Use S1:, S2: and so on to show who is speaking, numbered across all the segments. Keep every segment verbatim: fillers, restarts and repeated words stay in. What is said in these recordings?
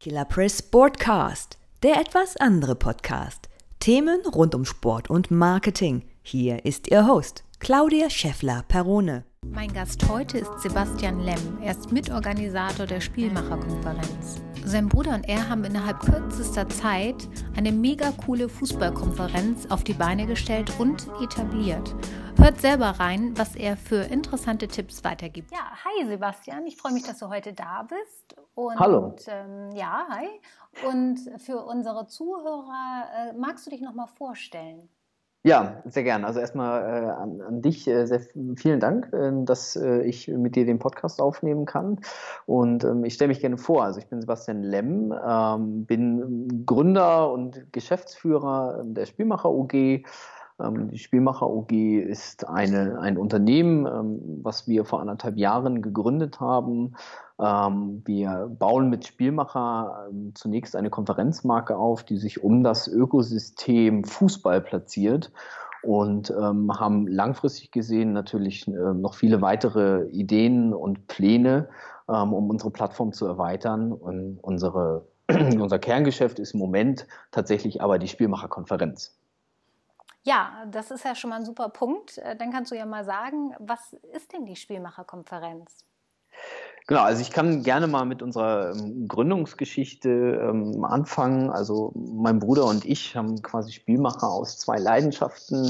S1: Killerpress Sportcast, der etwas andere Podcast. Themen rund um Sport und Marketing. Hier ist Ihr Host, Claudia Scheffler-Perrone.
S2: Mein Gast heute ist Sebastian Lemm. Er ist Mitorganisator der Spielmacher-Konferenz. Sein Bruder und er haben innerhalb kürzester Zeit eine mega coole Fußballkonferenz auf die Beine gestellt und etabliert. Hört selber rein, was er für interessante Tipps weitergibt. Ja, hi Sebastian, ich freue mich, dass du heute da bist. Und,
S3: Hallo.
S2: Ähm, ja, hi. Und für unsere Zuhörer, äh, magst du dich nochmal vorstellen?
S3: Ja, sehr gerne. Also erstmal äh, an, an dich äh, sehr vielen Dank, äh, dass äh, ich mit dir den Podcast aufnehmen kann. Und ähm, ich stelle mich gerne vor. Also ich bin Sebastian Lemm, ähm, bin Gründer und Geschäftsführer der Spielmacher U G. Ähm, die Spielmacher U G ist eine, ein Unternehmen, ähm, was wir vor anderthalb Jahren gegründet haben. Ähm, wir bauen mit Spielmacher ähm, zunächst eine Konferenzmarke auf, die sich um das Ökosystem Fußball platziert und ähm, haben langfristig gesehen natürlich äh, noch viele weitere Ideen und Pläne, ähm, um unsere Plattform zu erweitern. Und unsere, unser Kerngeschäft ist im Moment tatsächlich aber die Spielmacher-Konferenz.
S2: Ja, das ist ja schon mal ein super Punkt. Dann kannst du ja mal sagen, was ist denn die Spielmacher-Konferenz?
S3: Genau, also ich kann gerne mal mit unserer ähm, Gründungsgeschichte ähm, anfangen. Also mein Bruder und ich haben quasi Spielmacher aus zwei Leidenschaften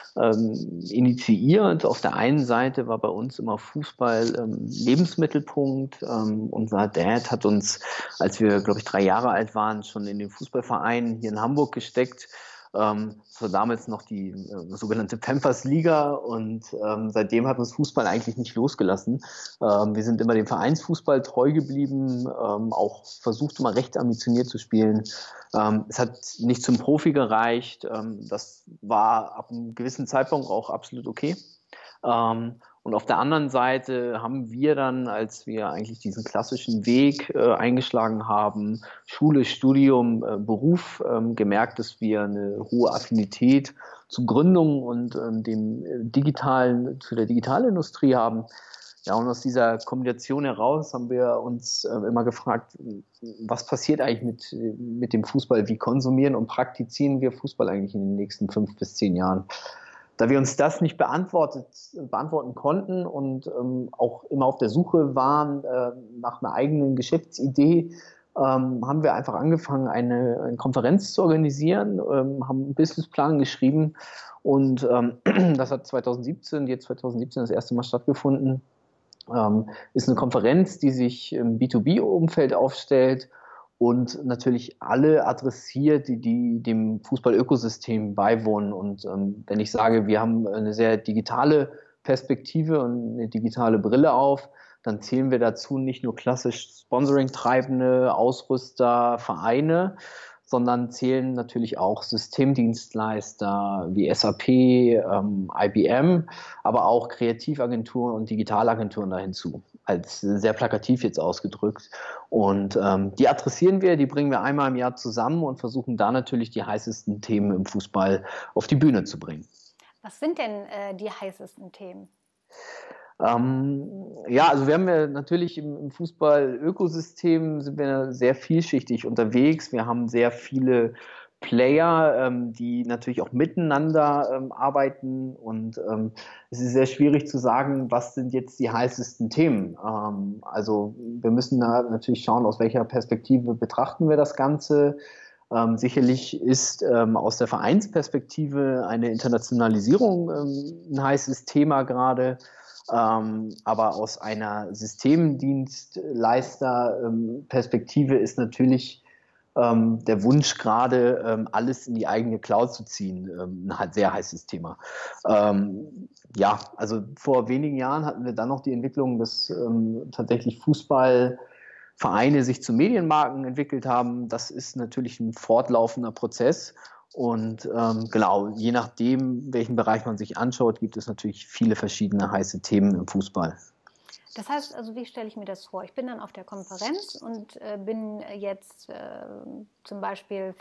S3: ähm, initiiert. Auf der einen Seite war bei uns immer Fußball ähm, Lebensmittelpunkt. Ähm, unser Dad hat uns, als wir, glaube ich, drei Jahre alt waren, schon in den Fußballverein hier in Hamburg gesteckt. Ähm, das war damals noch die äh, sogenannte Pampers-Liga und ähm, seitdem hat uns Fußball eigentlich nicht losgelassen. Ähm, wir sind immer dem Vereinsfußball treu geblieben, ähm, auch versucht immer recht ambitioniert zu spielen. Ähm, es hat nicht zum Profi gereicht. Ähm, das war ab einem gewissen Zeitpunkt auch absolut okay. Ähm, und auf der anderen Seite haben wir dann, als wir eigentlich diesen klassischen Weg äh, eingeschlagen haben, Schule, Studium, äh, Beruf, ähm, gemerkt, dass wir eine hohe Affinität zu Gründung und ähm, dem äh, digitalen, zu der Digitalindustrie haben. Ja, und aus dieser Kombination heraus haben wir uns äh, immer gefragt, was passiert eigentlich mit, mit dem Fußball? Wie konsumieren und praktizieren wir Fußball eigentlich in den nächsten fünf bis zehn Jahren? Da wir uns das nicht beantwortet, beantworten konnten und ähm, auch immer auf der Suche waren äh, nach einer eigenen Geschäftsidee, ähm, haben wir einfach angefangen, eine, eine Konferenz zu organisieren, ähm, haben einen Businessplan geschrieben und ähm, das hat zwanzig siebzehn, jetzt zwanzig siebzehn das erste Mal stattgefunden. Ähm, ist eine Konferenz, die sich im B zwei B-Umfeld aufstellt und natürlich alle adressiert, die, die dem Fußball-Ökosystem beiwohnen. Und ähm, wenn ich sage, wir haben eine sehr digitale Perspektive und eine digitale Brille auf, dann zählen wir dazu nicht nur klassisch Sponsoring-treibende Ausrüster, Vereine, sondern zählen natürlich auch Systemdienstleister wie S A P, ähm, I B M, aber auch Kreativagenturen und Digitalagenturen da hinzu, als sehr plakativ jetzt ausgedrückt. Und ähm, die adressieren wir, die bringen wir einmal im Jahr zusammen und versuchen da natürlich die heißesten Themen im Fußball auf die Bühne zu bringen.
S2: Was sind denn äh, die heißesten Themen?
S3: Ähm, ja, also wir haben ja natürlich im, im Fußball-Ökosystem sind wir sehr vielschichtig unterwegs. Wir haben sehr viele Player, ähm, die natürlich auch miteinander ähm, arbeiten und ähm, es ist sehr schwierig zu sagen, was sind jetzt die heißesten Themen. Ähm, also wir müssen da natürlich schauen, aus welcher Perspektive betrachten wir das Ganze. Ähm, sicherlich ist ähm, aus der Vereinsperspektive eine Internationalisierung ähm, ein heißes Thema gerade. Ähm, aber aus einer Systemdienstleister-Perspektive ist natürlich ähm, der Wunsch gerade, ähm, alles in die eigene Cloud zu ziehen, ähm, ein halt sehr heißes Thema. Ähm, ja, also vor wenigen Jahren hatten wir dann noch die Entwicklung, dass ähm, tatsächlich Fußballvereine sich zu Medienmarken entwickelt haben. Das ist natürlich ein fortlaufender Prozess. Und ähm, genau, je nachdem, welchen Bereich man sich anschaut, gibt es natürlich viele verschiedene heiße Themen im Fußball.
S2: Das heißt, also wie stelle ich mir das vor? Ich bin dann auf der Konferenz und äh, bin jetzt äh, zum Beispiel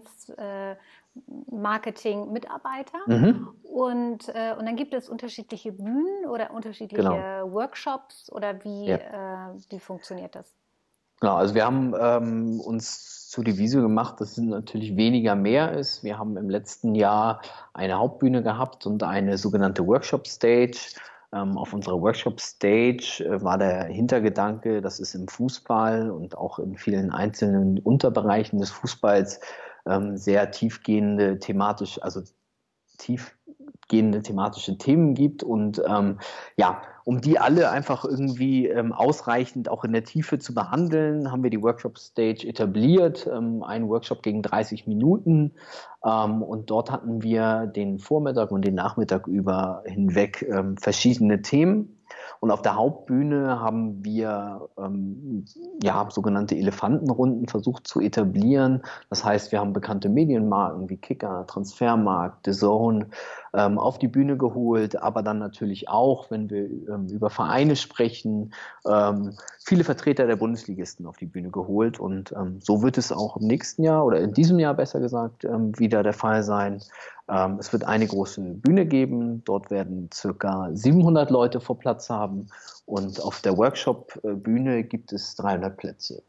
S2: Vereinsmarketing-Mitarbeiter äh, mhm. und, äh, und dann gibt es unterschiedliche Bühnen oder unterschiedliche genau. Workshops oder wie, ja. äh, wie funktioniert das?
S3: Genau, also wir haben ähm, uns zur Devise gemacht, dass es natürlich weniger mehr ist. Wir haben im letzten Jahr eine Hauptbühne gehabt und eine sogenannte Workshop-Stage. Ähm, auf unserer Workshop-Stage äh, war der Hintergedanke, dass es im Fußball und auch in vielen einzelnen Unterbereichen des Fußballs ähm, sehr tiefgehende thematisch, also tiefgehende thematische Themen gibt und ähm, ja, um die alle einfach irgendwie ähm, ausreichend auch in der Tiefe zu behandeln, haben wir die Workshop-Stage etabliert. Ähm, ein Workshop gegen dreißig Minuten ähm, und dort hatten wir den Vormittag und den Nachmittag über hinweg ähm, verschiedene Themen. Und auf der Hauptbühne haben wir ähm, ja, sogenannte Elefantenrunden versucht zu etablieren. Das heißt, wir haben bekannte Medienmarken wie Kicker, Transfermarkt, D A Z N ähm, auf die Bühne geholt, aber dann natürlich auch, wenn wir ähm, über Vereine sprechen, ähm, viele Vertreter der Bundesligisten auf die Bühne geholt. Und ähm, so wird es auch im nächsten Jahr oder in diesem Jahr besser gesagt ähm, wieder der Fall sein. Ähm, es wird eine große Bühne geben. Dort werden circa siebenhundert Leute vor Platz haben. Und auf der Workshop-Bühne gibt es dreihundert Plätze.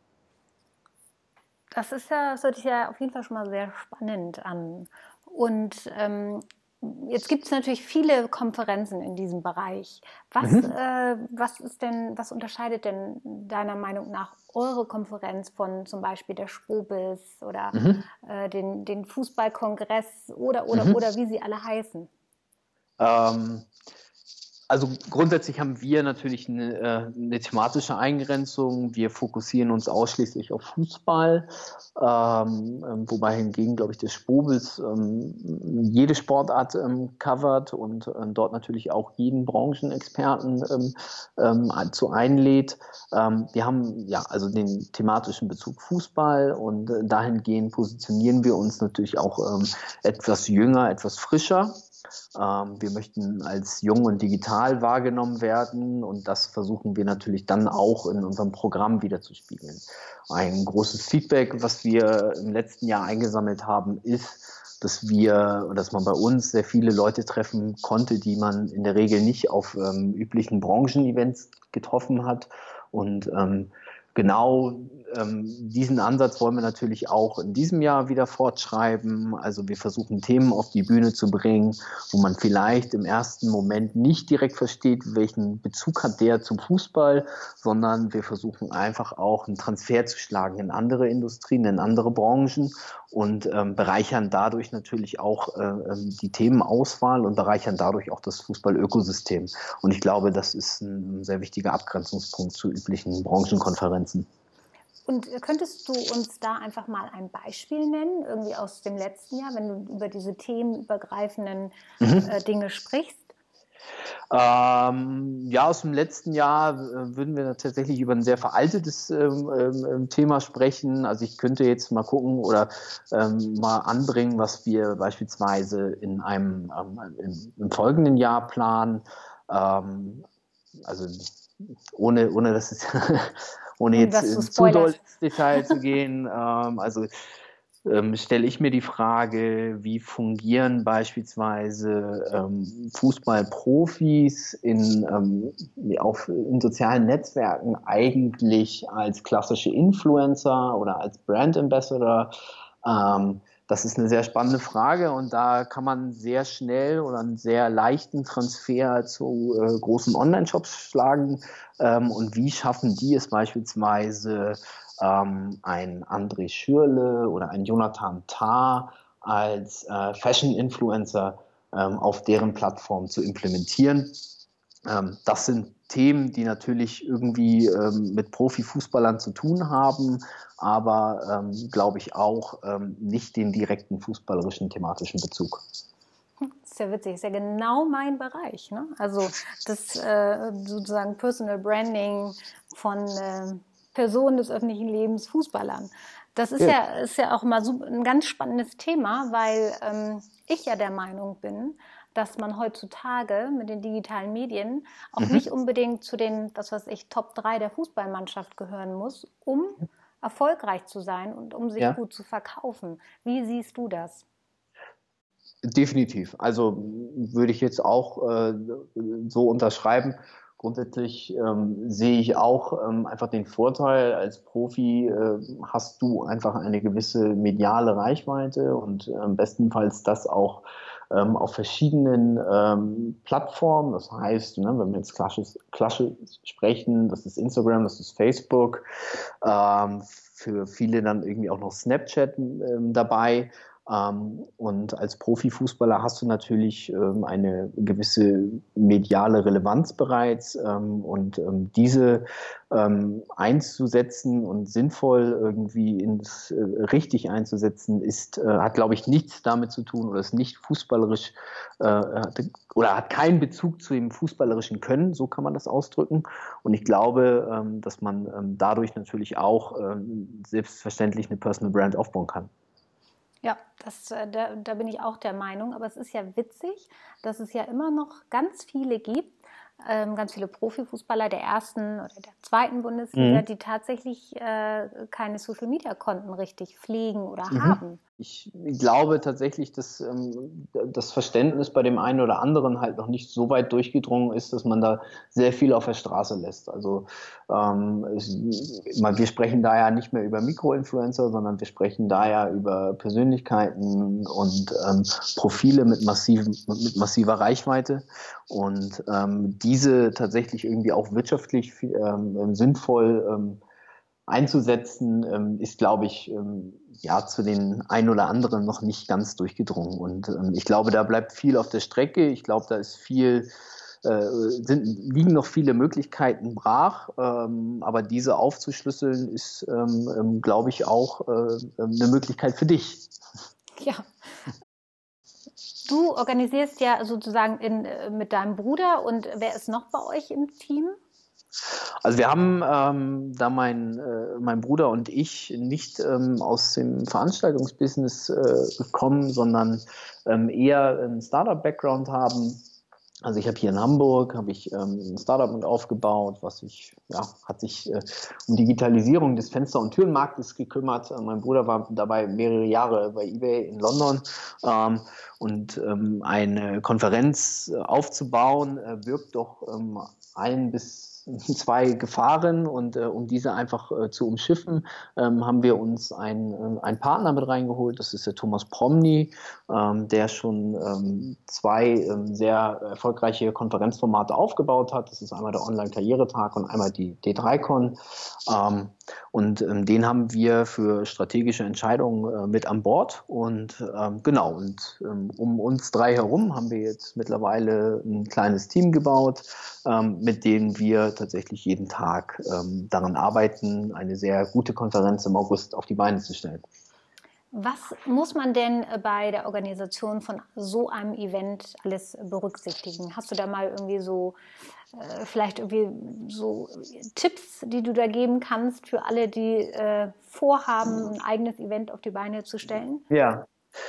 S2: Das ist ja, das hört sich ja auf jeden Fall schon mal sehr spannend an. Und ähm, jetzt gibt es natürlich viele Konferenzen in diesem Bereich. Was, mhm. äh, was ist denn, was unterscheidet denn deiner Meinung nach eure Konferenz von zum Beispiel der Schwobis oder mhm. äh, den, den Fußballkongress oder, oder, mhm. oder wie sie alle heißen?
S3: Ähm, also grundsätzlich haben wir natürlich eine, äh, eine thematische Eingrenzung. Wir fokussieren uns ausschließlich auf Fußball, ähm, ähm, wobei hingegen, glaube ich, das Schwobis ähm, jede Sportart ähm, covert und ähm, dort natürlich auch jeden Branchenexperten ähm, ähm, zu einlädt. Ähm, wir haben ja also den thematischen Bezug Fußball und äh, dahingehend positionieren wir uns natürlich auch ähm, etwas jünger, etwas frischer. Ähm, wir möchten als jung und digital wahrgenommen werden und das versuchen wir natürlich dann auch in unserem Programm wiederzuspiegeln. Ein großes Feedback, was wir im letzten Jahr eingesammelt haben, ist, dass wir, dass man bei uns sehr viele Leute treffen konnte, die man in der Regel nicht auf ähm, üblichen Branchenevents getroffen hat. Und ähm, genau ähm, diesen Ansatz wollen wir natürlich auch in diesem Jahr wieder fortschreiben. Also wir versuchen Themen auf die Bühne zu bringen, wo man vielleicht im ersten Moment nicht direkt versteht, welchen Bezug hat der zum Fußball, sondern wir versuchen einfach auch einen Transfer zu schlagen in andere Industrien, in andere Branchen und ähm, bereichern dadurch natürlich auch äh, die Themenauswahl und bereichern dadurch auch das Fußball-Ökosystem. Und ich glaube, das ist ein sehr wichtiger Abgrenzungspunkt zu üblichen Branchenkonferenzen.
S2: Und könntest du uns da einfach mal ein Beispiel nennen, irgendwie aus dem letzten Jahr, wenn du über diese themenübergreifenden mhm. äh, Dinge sprichst?
S3: Ähm, ja, aus dem letzten Jahr äh, würden wir tatsächlich über ein sehr veraltetes ähm, ähm, Thema sprechen. Also ich könnte jetzt mal gucken oder ähm, mal anbringen, was wir beispielsweise in einem ähm, im, im folgenden Jahr planen. Ähm, also ohne, ohne dass es ohne jetzt in zu doll ins Detail zu gehen. ähm, also ähm, stelle ich mir die Frage, wie fungieren beispielsweise ähm, Fußballprofis in, ähm, auf, in sozialen Netzwerken eigentlich als klassische Influencer oder als Brand Ambassador? Ähm, das ist eine sehr spannende Frage und da kann man sehr schnell oder einen sehr leichten Transfer zu äh, großen Online-Shops schlagen. Ähm, und wie schaffen die es beispielsweise, ähm, ein André Schürrle oder ein Jonathan Tah als äh, Fashion-Influencer ähm, auf deren Plattform zu implementieren? Ähm, das sind Themen, die natürlich irgendwie ähm, mit Profifußballern zu tun haben, aber, ähm, glaube ich, auch ähm, nicht den direkten fußballerischen thematischen Bezug.
S2: Das ist ja witzig, das ist ja genau mein Bereich, ne? Also das äh, sozusagen Personal Branding von äh, Personen des öffentlichen Lebens, Fußballern. Das ist ja, ja, ist ja auch mal so ein ganz spannendes Thema, weil ähm, ich ja der Meinung bin, dass man heutzutage mit den digitalen Medien auch mhm. nicht unbedingt zu den, was weiß ich, Top drei der Fußballmannschaft gehören muss, um erfolgreich zu sein und um sich ja. gut zu verkaufen. Wie siehst du das?
S3: Definitiv. Also würde ich jetzt auch äh, so unterschreiben. Grundsätzlich ähm, sehe ich auch ähm, einfach den Vorteil, als Profi äh, hast du einfach eine gewisse mediale Reichweite und ähm, bestenfalls das auch ähm, auf verschiedenen ähm, Plattformen. Das heißt, ne, wenn wir jetzt klassisch, klassisch sprechen, das ist Instagram, das ist Facebook, ähm, für viele dann irgendwie auch noch Snapchat ähm, dabei. Ähm, und als Profifußballer hast du natürlich ähm, eine gewisse mediale Relevanz bereits ähm, und ähm, diese ähm, einzusetzen und sinnvoll irgendwie ins äh, richtig einzusetzen, ist, äh, hat, glaube ich, nichts damit zu tun oder ist nicht fußballerisch äh, hat, oder hat keinen Bezug zu dem fußballerischen Können, so kann man das ausdrücken. Und ich glaube, ähm, dass man ähm, dadurch natürlich auch ähm, selbstverständlich eine Personal Brand aufbauen kann.
S2: Ja, das, da, da bin ich auch der Meinung. Aber es ist ja witzig, dass es ja immer noch ganz viele gibt, ähm, ganz viele Profifußballer der ersten oder der zweiten Bundesliga, mhm. die tatsächlich äh, keine Social-Media-Konten richtig pflegen oder mhm. haben.
S3: Ich glaube tatsächlich, dass ähm, das Verständnis bei dem einen oder anderen halt noch nicht so weit durchgedrungen ist, dass man da sehr viel auf der Straße lässt. Also ähm, es, wir sprechen da ja nicht mehr über Mikroinfluencer, sondern wir sprechen da ja über Persönlichkeiten und ähm, Profile mit, massiven, mit massiver Reichweite. Und ähm, diese tatsächlich irgendwie auch wirtschaftlich ähm, sinnvoll ähm, einzusetzen, ähm, ist, glaube ich, ähm, ja, zu den ein oder anderen noch nicht ganz durchgedrungen. Und ähm, ich glaube, da bleibt viel auf der Strecke. Ich glaube, da ist viel, äh, sind, liegen noch viele Möglichkeiten brach. Ähm, aber diese aufzuschlüsseln ist, ähm, glaube ich, auch äh, eine Möglichkeit für dich.
S2: Ja. Du organisierst ja sozusagen in, mit deinem Bruder, und wer ist noch bei euch im Team?
S3: Also wir haben, ähm, da mein, äh, mein Bruder und ich nicht ähm, aus dem Veranstaltungsbusiness äh, kommen, sondern ähm, eher einen Startup-Background haben. Also ich habe hier in Hamburg habe ich ähm, ein Startup mit aufgebaut, was sich ja hat sich äh, um Digitalisierung des Fenster- und Türenmarktes gekümmert. Äh, mein Bruder war dabei mehrere Jahre bei eBay in London ähm, und ähm, eine Konferenz äh, aufzubauen äh, birgt doch ähm, ein bis zwei Gefahren, und äh, um diese einfach äh, zu umschiffen, ähm, haben wir uns einen äh, Partner mit reingeholt. Das ist der Thomas Promny, ähm, der schon ähm, zwei ähm, sehr erfolgreiche Konferenzformate aufgebaut hat. Das ist einmal der Online-Karrieretag und einmal die D drei Con. Ähm, und ähm, den haben wir für strategische Entscheidungen äh, mit an Bord. Und ähm, genau, und ähm, um uns drei herum haben wir jetzt mittlerweile ein kleines Team gebaut, ähm, mit dem wir tatsächlich jeden Tag ähm, daran arbeiten, eine sehr gute Konferenz im August auf die Beine zu stellen.
S2: Was muss man denn bei der Organisation von so einem Event alles berücksichtigen? Hast du da mal irgendwie so äh, vielleicht irgendwie so Tipps, die du da geben kannst für alle, die äh, vorhaben, ein eigenes Event auf die Beine zu stellen?
S3: Ja.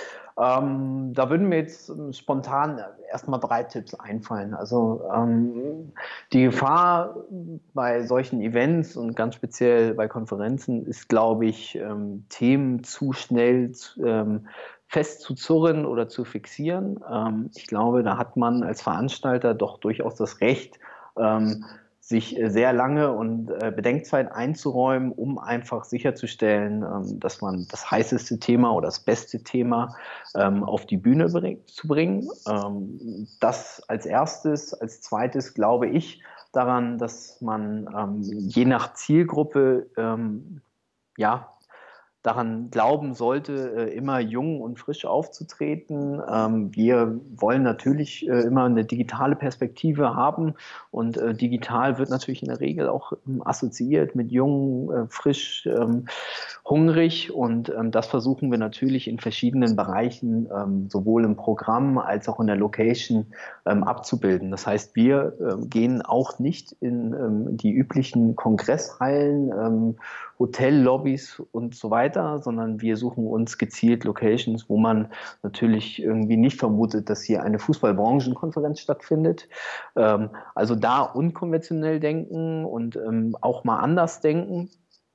S3: Ähm, da würden mir jetzt ähm, spontan erstmal drei Tipps einfallen. Also ähm, die Gefahr bei solchen Events und ganz speziell bei Konferenzen ist, glaube ich, ähm, Themen zu schnell ähm, fest zu zurren oder zu fixieren. Ähm, ich glaube, da hat man als Veranstalter doch durchaus das Recht, ähm, sich sehr lange und äh, Bedenkzeit einzuräumen, um einfach sicherzustellen, ähm, dass man das heißeste Thema oder das beste Thema ähm, auf die Bühne bring, zu bringen. Ähm, das als erstes. Als zweites glaube ich daran, dass man ähm, je nach Zielgruppe ähm, ja, daran glauben sollte, immer jung und frisch aufzutreten. Wir wollen natürlich immer eine digitale Perspektive haben, und digital wird natürlich in der Regel auch assoziiert mit jung, frisch, hungrig, und das versuchen wir natürlich in verschiedenen Bereichen, sowohl im Programm als auch in der Location, abzubilden. Das heißt, wir gehen auch nicht in die üblichen Kongresshallen, Hotellobbys und so weiter, sondern wir suchen uns gezielt Locations, wo man natürlich irgendwie nicht vermutet, dass hier eine Fußballbranchenkonferenz stattfindet. Ähm, also da unkonventionell denken und ähm, auch mal anders denken.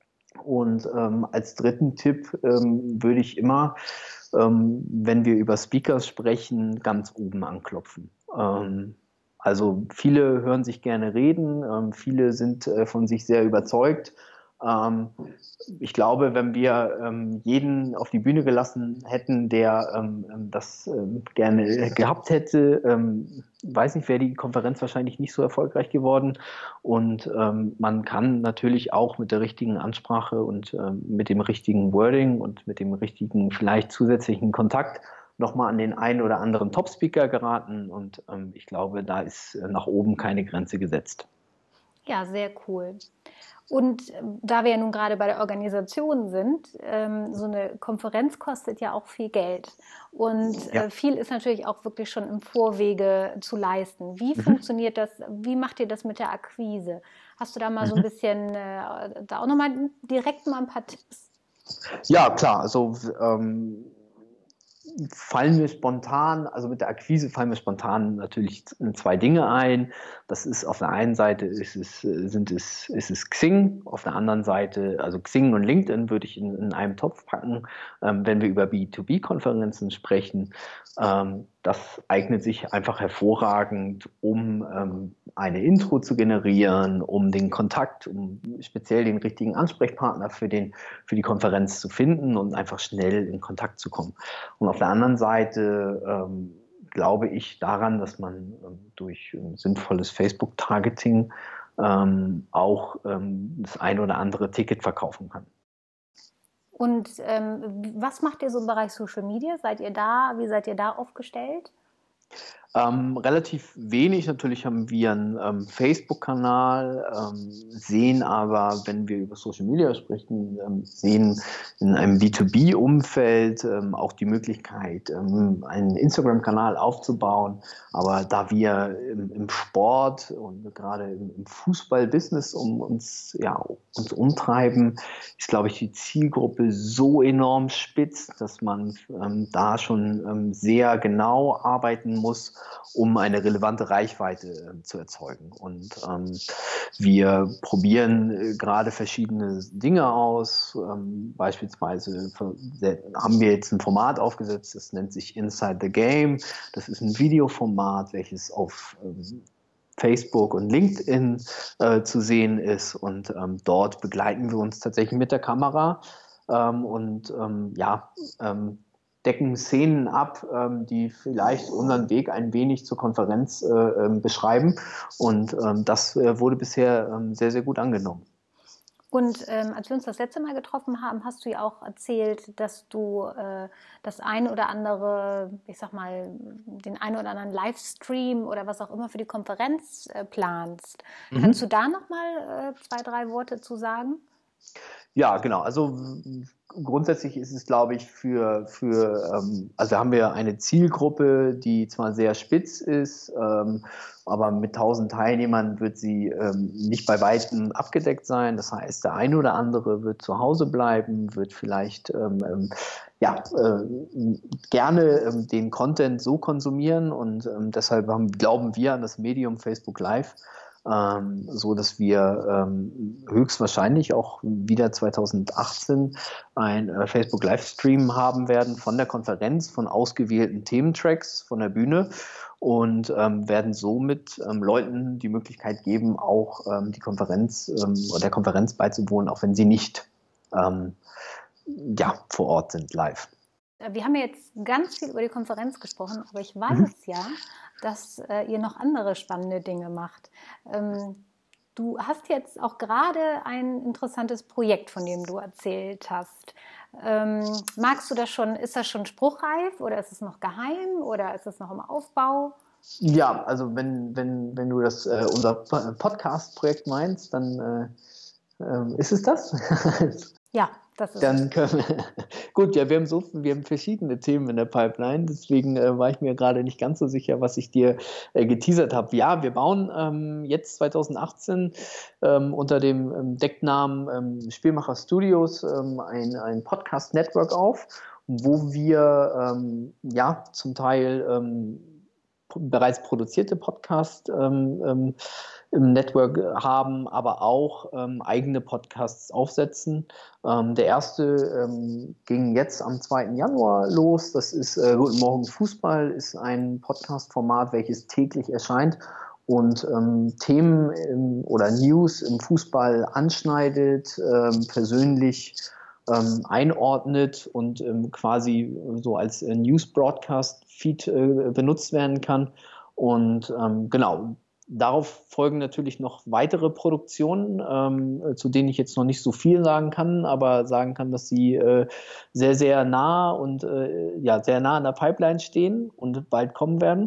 S3: Und ähm, als dritten Tipp ähm, würde ich immer, ähm, wenn wir über Speakers sprechen, ganz oben anklopfen. Ähm, Also viele hören sich gerne reden, ähm, viele sind äh, von sich sehr überzeugt. Ähm, ich glaube, wenn wir ähm, jeden auf die Bühne gelassen hätten, der ähm, das ähm, gerne gehabt hätte, ähm, weiß nicht, wäre die Konferenz wahrscheinlich nicht so erfolgreich geworden. Und ähm, man kann natürlich auch mit der richtigen Ansprache und ähm, mit dem richtigen Wording und mit dem richtigen, vielleicht zusätzlichen Kontakt nochmal an den einen oder anderen Top-Speaker geraten. Und ähm, ich glaube, da ist nach oben keine Grenze gesetzt.
S2: Ja, sehr cool. Und da wir ja nun gerade bei der Organisation sind, ähm, so eine Konferenz kostet ja auch viel Geld. Und
S3: Ja.
S2: äh, viel ist natürlich auch wirklich schon im Vorwege zu leisten. Wie mhm. funktioniert das? Wie macht ihr das mit der Akquise? Hast du da mal mhm. so ein bisschen, äh, da auch nochmal direkt mal ein paar Tipps?
S3: Ja, klar. Also ähm fallen mir spontan, also mit der Akquise fallen mir spontan natürlich zwei Dinge ein. Das ist auf der einen Seite ist es, sind es, ist es Xing, auf der anderen Seite, also Xing und LinkedIn würde ich in, in einem Topf packen, ähm, wenn wir über B zwei B-Konferenzen sprechen. Ähm, das eignet sich einfach hervorragend, um ähm, eine Intro zu generieren, um den Kontakt, um speziell den richtigen Ansprechpartner für, den, für die Konferenz zu finden und einfach schnell in Kontakt zu kommen. Und auf der anderen Seite ähm, glaube ich daran, dass man ähm, durch ähm, sinnvolles Facebook-Targeting ähm, auch ähm, das ein oder andere Ticket verkaufen kann.
S2: Und ähm, was macht ihr so im Bereich Social Media? Seid ihr da? Wie seid ihr da aufgestellt?
S3: Ähm, relativ wenig. Natürlich haben wir einen ähm, Facebook-Kanal, ähm, sehen aber, wenn wir über Social Media sprechen, ähm, sehen in einem B zwei B-Umfeld ähm, auch die Möglichkeit, ähm, einen Instagram-Kanal aufzubauen. Aber da wir im, im Sport und gerade im, im Fußball-Business um uns, ja, uns umtreiben, ist, glaube ich, die Zielgruppe so enorm spitz, dass man ähm, da schon ähm, sehr genau arbeiten muss, um eine relevante Reichweite äh, zu erzeugen. Und ähm, wir probieren äh, gerade verschiedene Dinge aus. Ähm, beispielsweise haben wir jetzt ein Format aufgesetzt, das nennt sich Inside the Game. Das ist ein Videoformat, welches auf ähm, Facebook und LinkedIn äh, zu sehen ist. Und ähm, dort begleiten wir uns tatsächlich mit der Kamera ähm, und ähm, ja, ähm, decken Szenen ab, ähm, die vielleicht unseren Weg ein wenig zur Konferenz äh, ähm, beschreiben. Und ähm, das äh, wurde bisher ähm, sehr, sehr gut angenommen.
S2: Und ähm, als wir uns das letzte Mal getroffen haben, hast du ja auch erzählt, dass du äh, das ein oder andere, ich sag mal, den ein oder anderen Livestream oder was auch immer für die Konferenz äh, planst. Mhm. Kannst du da nochmal äh, zwei, drei Worte zu sagen?
S3: Ja, genau. Also grundsätzlich ist es, glaube ich, für, für ähm, also haben wir eine Zielgruppe, die zwar sehr spitz ist, ähm, aber mit tausend Teilnehmern wird sie ähm, nicht bei weitem abgedeckt sein. Das heißt, der eine oder andere wird zu Hause bleiben, wird vielleicht ähm, ähm, ja, äh, gerne ähm, den Content so konsumieren und ähm, deshalb haben, glauben wir an das Medium Facebook Live. Ähm, so dass wir ähm, höchstwahrscheinlich auch wieder zweitausendachtzehn ein äh, Facebook Livestream haben werden von der Konferenz, von ausgewählten Thementracks von der Bühne und ähm, werden somit ähm, Leuten die Möglichkeit geben, auch ähm, die Konferenz ähm, oder der Konferenz beizuwohnen, auch wenn sie nicht ähm, ja, vor Ort sind live.
S2: Wir haben ja jetzt ganz viel über die Konferenz gesprochen, aber ich weiß mhm. ja, dass äh, ihr noch andere spannende Dinge macht. Ähm, du hast jetzt auch gerade ein interessantes Projekt, von dem du erzählt hast. Ähm, magst du das schon, ist das schon spruchreif oder ist es noch geheim oder ist es noch im Aufbau?
S3: Ja, also wenn, wenn, wenn du das äh, unser Podcast-Projekt meinst, dann äh, äh, ist es das?
S2: Ja. Das ist
S3: Dann können wir, gut, ja, wir haben so, wir haben verschiedene Themen in der Pipeline, deswegen äh, war ich mir gerade nicht ganz so sicher, was ich dir äh, geteasert habe. Ja, wir bauen ähm, jetzt zweitausendachtzehn ähm, unter dem ähm, Decknamen ähm, Spielmacher Studios ähm, ein, ein Podcast-Network auf, wo wir ähm, ja zum Teil ähm, bereits produzierte Podcasts ähm, ähm, im Network haben, aber auch ähm, eigene Podcasts aufsetzen. Ähm, der erste ähm, ging jetzt am zweiten Januar los. Das ist äh, Guten Morgen Fußball, ist ein Podcast-Format, welches täglich erscheint und ähm, Themen im, oder News im Fußball anschneidet, ähm, persönlich ähm, einordnet und ähm, quasi so als äh, News-Broadcast-Feed äh, benutzt werden kann. Und ähm, genau, darauf folgen natürlich noch weitere Produktionen, ähm, zu denen ich jetzt noch nicht so viel sagen kann, aber sagen kann, dass sie äh, sehr, sehr nah und äh, ja, sehr nah an der Pipeline stehen und bald kommen werden.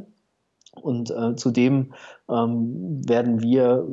S3: Und äh, zudem ähm, werden wir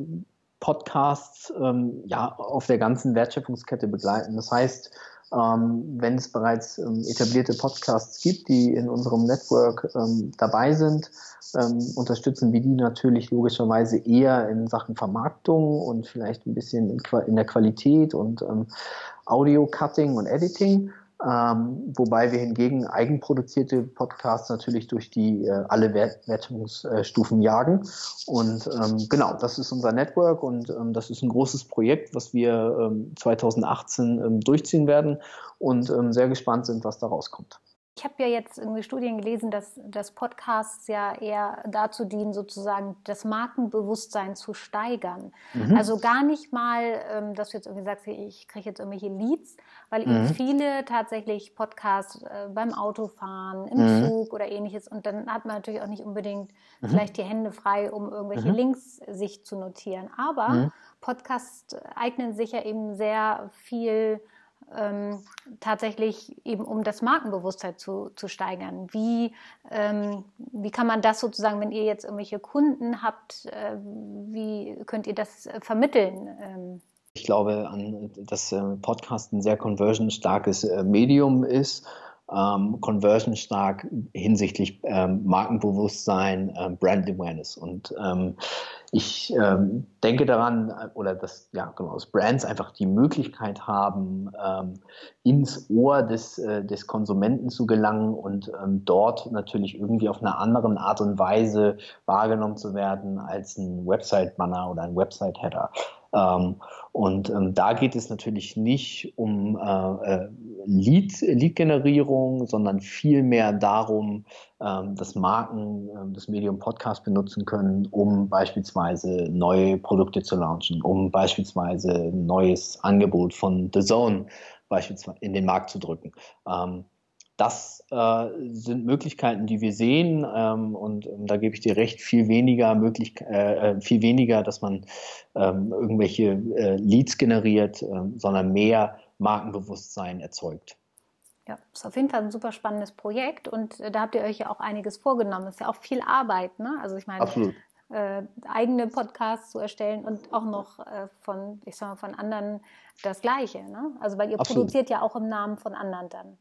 S3: Podcasts ähm, ja, auf der ganzen Wertschöpfungskette begleiten. Das heißt, ähm, wenn es bereits ähm, etablierte Podcasts gibt, die in unserem Network ähm, dabei sind, ähm, unterstützen wir die natürlich logischerweise eher in Sachen Vermarktung und vielleicht ein bisschen in, in der Qualität und ähm, Audio-Cutting und Editing. Ähm, wobei wir hingegen eigenproduzierte Podcasts natürlich durch die äh, alle Wert Wertungsstufen jagen. Und ähm, genau, das ist unser Network und ähm, das ist ein großes Projekt, was wir ähm, zwanzig achtzehn ähm, durchziehen werden und ähm, sehr gespannt sind, was da rauskommt.
S2: Ich habe ja jetzt irgendwie Studien gelesen, dass, dass Podcasts ja eher dazu dienen, sozusagen das Markenbewusstsein zu steigern. Mhm. Also gar nicht mal, dass du jetzt irgendwie sagst, ich kriege jetzt irgendwelche Leads, weil mhm. eben viele tatsächlich Podcasts äh, beim Autofahren, im mhm. Zug oder ähnliches, und dann hat man natürlich auch nicht unbedingt mhm. vielleicht die Hände frei, um irgendwelche mhm. Links sich zu notieren. Aber mhm. Podcasts eignen sich ja eben sehr viel Ähm, tatsächlich eben um das Markenbewusstsein zu, zu steigern. Wie, ähm, wie kann man das sozusagen, wenn ihr jetzt irgendwelche Kunden habt, äh, wie könnt ihr das äh, vermitteln? Ähm?
S3: Ich glaube, an, dass äh, Podcast ein sehr conversionstarkes äh, Medium ist. Ähm, conversionstark hinsichtlich ähm, Markenbewusstsein, ähm, Brand Awareness. Und ähm, ich ähm, denke daran, oder dass, ja, genau, dass Brands einfach die Möglichkeit haben, ähm, ins Ohr des, äh, des Konsumenten zu gelangen und ähm, dort natürlich irgendwie auf einer anderen Art und Weise wahrgenommen zu werden als ein Website-Banner oder ein Website-Header. Ähm, und ähm, da geht es natürlich nicht um äh, Lead, Lead-Generierung, sondern vielmehr darum, ähm, dass Marken äh, das Medium Podcast benutzen können, um beispielsweise neue Produkte zu launchen, um beispielsweise ein neues Angebot von The Zone beispielsweise in den Markt zu drücken. Ähm, Das äh, sind Möglichkeiten, die wir sehen, ähm, und ähm, da gebe ich dir recht, viel weniger möglich, äh, viel weniger, dass man ähm, irgendwelche äh, Leads generiert, äh, sondern mehr Markenbewusstsein erzeugt.
S2: Ja, ist auf jeden Fall ein super spannendes Projekt und äh, da habt ihr euch ja auch einiges vorgenommen. Das ist ja auch viel Arbeit, ne? Also ich meine,
S3: Absolut.
S2: Äh, eigene Podcasts zu erstellen und auch noch äh, von, ich sag mal, von anderen das Gleiche, ne? Also weil ihr Absolut. Produziert ja auch im Namen von anderen dann.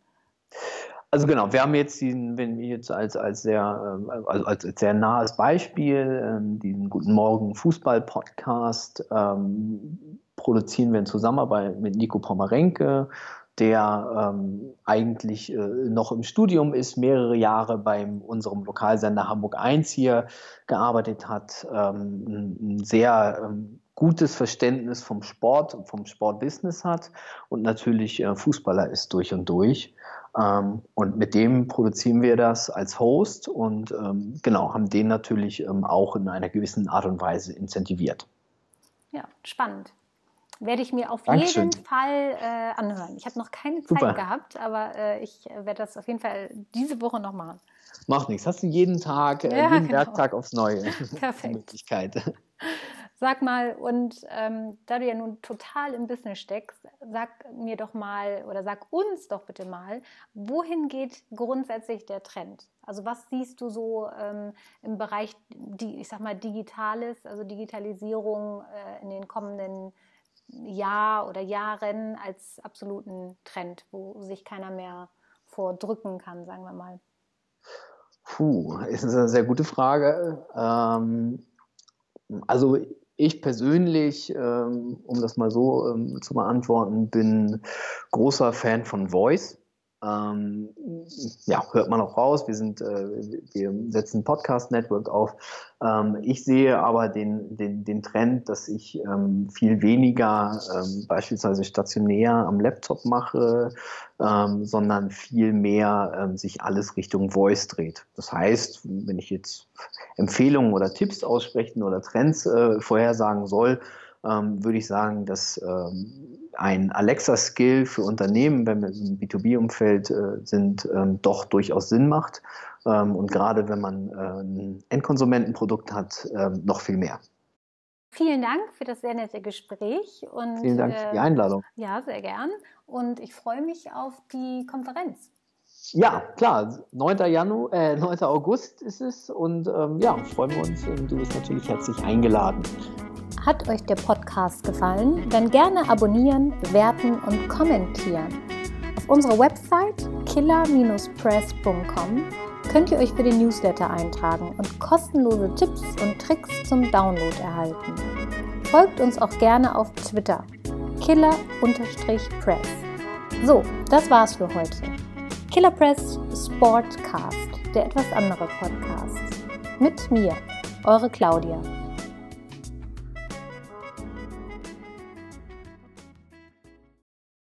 S3: Also genau, wir haben jetzt diesen, wenn wir jetzt als, als sehr, also als, als sehr nahes Beispiel ähm, diesen Guten Morgen Fußball-Podcast ähm, produzieren wir in Zusammenarbeit mit Nico Pomerenke, der ähm, eigentlich äh, noch im Studium ist, mehrere Jahre bei unserem Lokalsender Hamburg eins hier gearbeitet hat, ähm, ein sehr ähm, gutes Verständnis vom Sport und vom Sportbusiness hat und natürlich äh, Fußballer ist durch und durch. Ähm, und mit dem produzieren wir das als Host und ähm, genau, haben den natürlich ähm, auch in einer gewissen Art und Weise incentiviert.
S2: Ja, spannend. Werde ich mir auf
S3: Dankeschön.
S2: jeden Fall äh, anhören. Ich habe noch keine Zeit Super. gehabt, aber äh, ich werde das auf jeden Fall diese Woche noch machen.
S3: Macht nichts. Hast du jeden Tag, äh, ja, jeden genau. Werktag aufs Neue.
S2: Perfekt.
S3: Die Möglichkeit.
S2: Sag mal, und ähm, da du ja nun total im Business steckst, sag mir doch mal oder sag uns doch bitte mal, wohin geht grundsätzlich der Trend? Also was siehst du so ähm, im Bereich, die, ich sag mal, Digitales, also Digitalisierung äh, in den kommenden Jahr oder Jahren als absoluten Trend, wo sich keiner mehr vordrücken kann, sagen wir mal?
S3: Puh, ist eine sehr gute Frage. Ähm, also ich persönlich, ähm, um das mal so ähm, zu beantworten, bin großer Fan von Voice. Ähm, ja, hört man auch raus. Wir sind, äh, wir setzen ein Podcast-Network auf. Ähm, ich sehe aber den, den, den Trend, dass ich ähm, viel weniger ähm, beispielsweise stationär am Laptop mache, ähm, sondern viel mehr ähm, sich alles Richtung Voice dreht. Das heißt, wenn ich jetzt Empfehlungen oder Tipps aussprechen oder Trends äh, vorhersagen soll, ähm, würde ich sagen, dass ähm, ein Alexa-Skill für Unternehmen, wenn wir im B zwei B-Umfeld äh, sind, ähm, doch durchaus Sinn macht. Ähm, und gerade wenn man äh, ein Endkonsumentenprodukt hat, ähm, noch viel mehr.
S2: Vielen Dank für das sehr nette Gespräch. Und,
S3: Vielen Dank für die
S2: äh,
S3: Einladung.
S2: Ja, sehr gern. Und ich freue mich auf die Konferenz.
S3: Ja, klar. neunter Januar, äh, neunter August ist es. Und ähm, ja, freuen wir uns. Und du bist natürlich herzlich eingeladen.
S2: Hat euch der Podcast gefallen? Dann gerne abonnieren, bewerten und kommentieren. Auf unserer Website killer Bindestrich press Punkt com könnt ihr euch für den Newsletter eintragen und kostenlose Tipps und Tricks zum Download erhalten. Folgt uns auch gerne auf Twitter, killer Bindestrich press. So, das war's für heute. Killer Press Sportcast, der etwas andere Podcast. Mit mir, eure Claudia.